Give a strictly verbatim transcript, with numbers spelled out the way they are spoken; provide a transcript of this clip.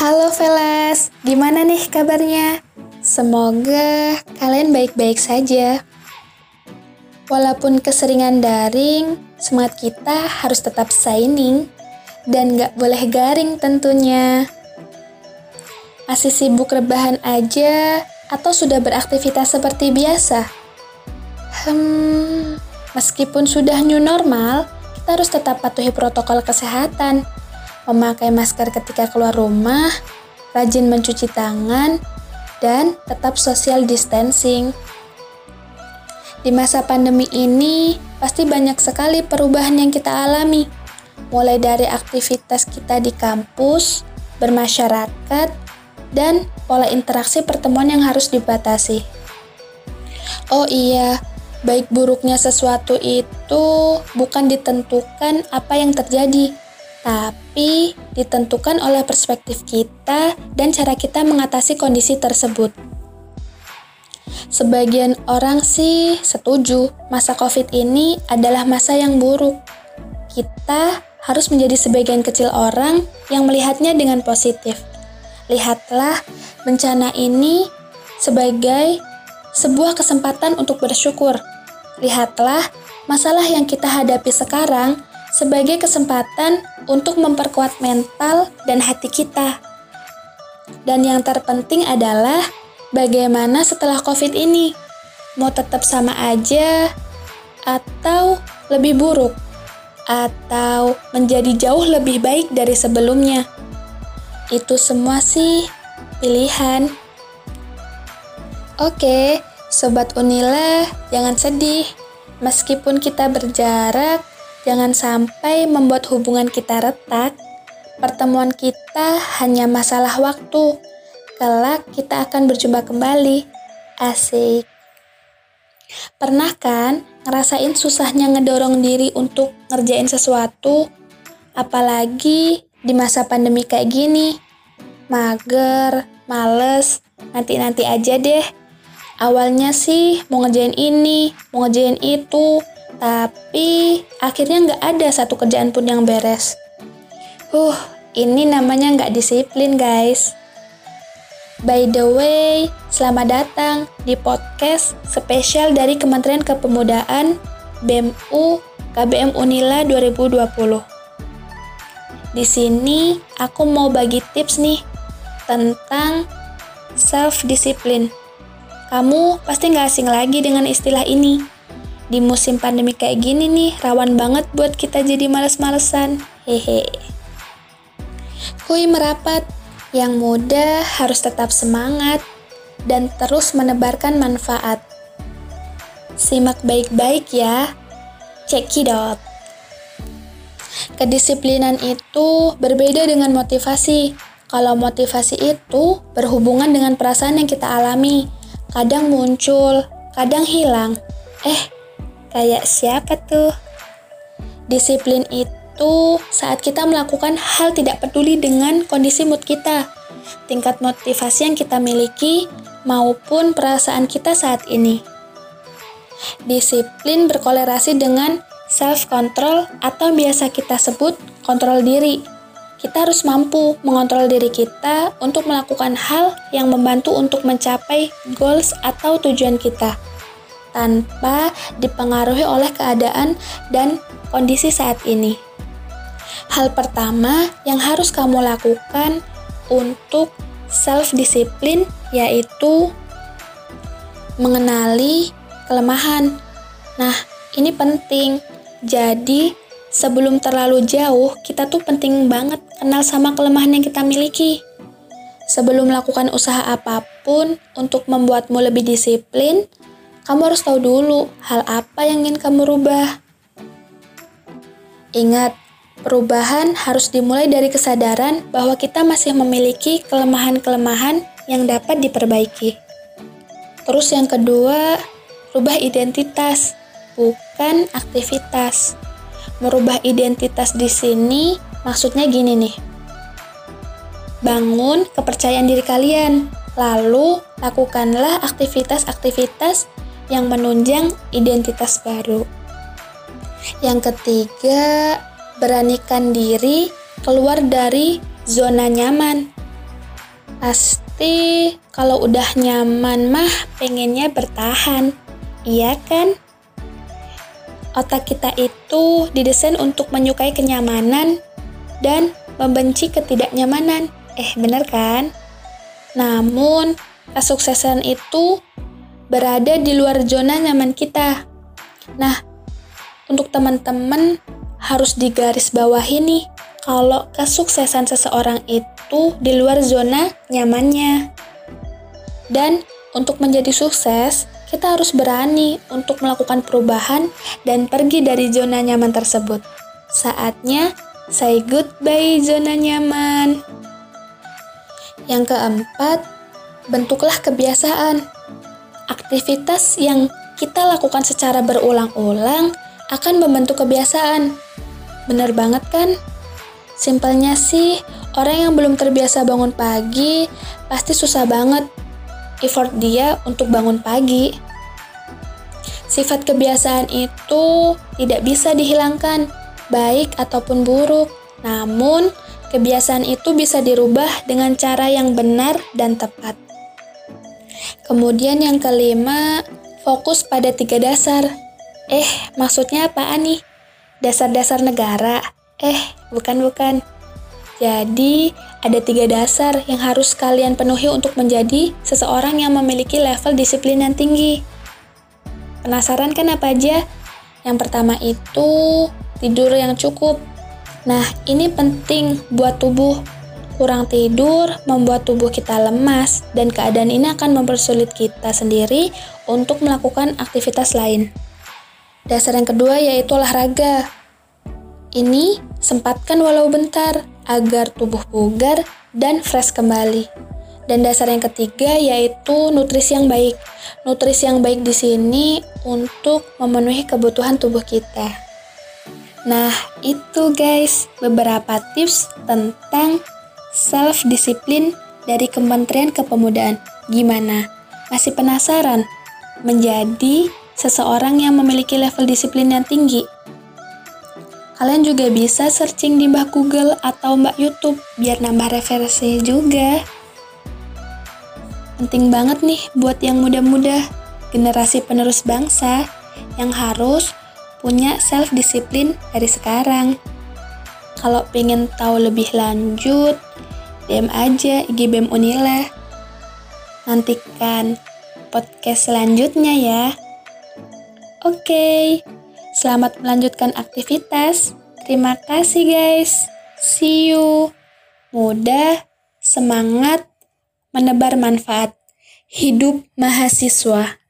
Halo Velas, gimana nih kabarnya? Semoga kalian baik-baik saja. Walaupun keseringan daring, semangat kita harus tetap shining dan gak boleh garing tentunya. Masih sibuk rebahan aja atau sudah beraktivitas seperti biasa? Hmm, meskipun sudah new normal, kita harus tetap patuhi protokol kesehatan. Memakai masker ketika keluar rumah, rajin mencuci tangan, dan tetap social distancing. Di masa pandemi ini, pasti banyak sekali perubahan yang kita alami. Mulai dari aktivitas kita di kampus, bermasyarakat, dan pola interaksi pertemuan yang harus dibatasi. Oh iya, baik buruknya sesuatu itu bukan ditentukan apa yang terjadi, tapi ditentukan oleh perspektif kita dan cara kita mengatasi kondisi tersebut. Sebagian orang sih setuju, masa COVID ini adalah masa yang buruk. Kita harus menjadi sebagian kecil orang yang melihatnya dengan positif. Lihatlah bencana ini sebagai sebuah kesempatan untuk bersyukur. Lihatlah masalah yang kita hadapi sekarang sebagai kesempatan untuk memperkuat mental dan hati kita. Dan yang terpenting adalah bagaimana setelah COVID ini? Mau tetap sama aja? Atau lebih buruk? Atau menjadi jauh lebih baik dari sebelumnya? Itu semua sih pilihan. Oke, Sobat Unila, jangan sedih. Meskipun kita berjarak, jangan sampai membuat hubungan kita retak. Pertemuan kita hanya masalah waktu. Kelak kita akan berjumpa kembali. Asik. Pernah kan ngerasain susahnya ngedorong diri untuk ngerjain sesuatu? Apalagi di masa pandemi kayak gini. Mager, males, nanti-nanti aja deh. Awalnya sih mau ngerjain ini, mau ngerjain itu, tapi akhirnya nggak ada satu kerjaan pun yang beres. Huh, ini namanya nggak disiplin, guys. By the way, selamat datang di podcast spesial dari Kementerian Kepemudaan B E M U K B M Unila dua ribu dua puluh. Di sini aku mau bagi tips nih tentang self-discipline. Kamu pasti nggak asing lagi dengan istilah ini. Di musim pandemi kayak gini nih, rawan banget buat kita jadi males-malesan. Hehe. Kui merapat, yang muda harus tetap semangat dan terus menebarkan manfaat. Simak baik-baik ya. Check it out. Kedisiplinan itu berbeda dengan motivasi. Kalau motivasi itu berhubungan dengan perasaan yang kita alami. Kadang muncul, kadang hilang. Eh, kayak siapa tuh? Disiplin itu saat kita melakukan hal tidak peduli dengan kondisi mood kita, tingkat motivasi yang kita miliki, maupun perasaan kita saat ini. Disiplin berkolerasi dengan self-control atau biasa kita sebut kontrol diri. Kita harus mampu mengontrol diri kita untuk melakukan hal yang membantu untuk mencapai goals atau tujuan kita, tanpa dipengaruhi oleh keadaan dan kondisi saat ini. Hal pertama yang harus kamu lakukan untuk self-discipline yaitu mengenali kelemahan. Nah, ini penting. Jadi, sebelum terlalu jauh, kita tuh penting banget kenal sama kelemahan yang kita miliki. Sebelum melakukan usaha apapun untuk membuatmu lebih disiplin, kamu harus tahu dulu hal apa yang ingin kamu rubah. Ingat, perubahan harus dimulai dari kesadaran bahwa kita masih memiliki kelemahan-kelemahan yang dapat diperbaiki. Terus yang kedua, rubah identitas, bukan aktivitas. Merubah identitas di sini maksudnya gini nih. Bangun kepercayaan diri kalian, lalu lakukanlah aktivitas-aktivitas yang menunjang identitas baru. Yang ketiga, beranikan diri keluar dari zona nyaman. Pasti kalau udah nyaman mah pengennya bertahan, iya kan? Otak kita itu didesain untuk menyukai kenyamanan dan membenci ketidaknyamanan. Eh, bener kan? Namun, kesuksesan itu berada di luar zona nyaman kita. Nah, untuk teman-teman harus digarisbawahi nih, kalau kesuksesan seseorang itu di luar zona nyamannya. Dan untuk menjadi sukses, kita harus berani untuk melakukan perubahan dan pergi dari zona nyaman tersebut. Saatnya say goodbye zona nyaman. Yang keempat, bentuklah kebiasaan. Aktivitas yang kita lakukan secara berulang-ulang akan membentuk kebiasaan. Bener banget kan? Simpelnya sih, orang yang belum terbiasa bangun pagi pasti susah banget effort dia untuk bangun pagi. Sifat kebiasaan itu tidak bisa dihilangkan, baik ataupun buruk. Namun, kebiasaan itu bisa dirubah dengan cara yang benar dan tepat. Kemudian yang kelima, fokus pada tiga dasar. Eh, maksudnya apaan nih? Dasar-dasar negara? Eh, bukan-bukan. Jadi, ada tiga dasar yang harus kalian penuhi untuk menjadi seseorang yang memiliki level disiplin yang tinggi. Penasaran kan apa aja? Yang pertama itu tidur yang cukup. Nah, ini penting buat tubuh. Kurang tidur membuat tubuh kita lemas dan keadaan ini akan mempersulit kita sendiri untuk melakukan aktivitas lain. Dasar yang kedua yaitu olahraga. Ini sempatkan walau bentar agar tubuh bugar dan fresh kembali. Dan dasar yang ketiga yaitu nutrisi yang baik. Nutrisi yang baik di sini untuk memenuhi kebutuhan tubuh kita. Nah, itu guys beberapa tips tentang self-disiplin dari Kementerian Kepemudaan. Gimana? Masih penasaran menjadi seseorang yang memiliki level disiplin yang tinggi? Kalian juga bisa searching di Mbak Google atau Mbak YouTube biar nambah referensi juga. Penting banget nih buat yang muda-muda, generasi penerus bangsa yang harus punya self-disiplin dari sekarang. Kalau pengen tahu lebih lanjut, D M aja I G B E M Unila. Nantikan podcast selanjutnya ya. Oke, selamat melanjutkan aktivitas. Terima kasih guys. See you. Muda, semangat, menebar manfaat. Hidup mahasiswa.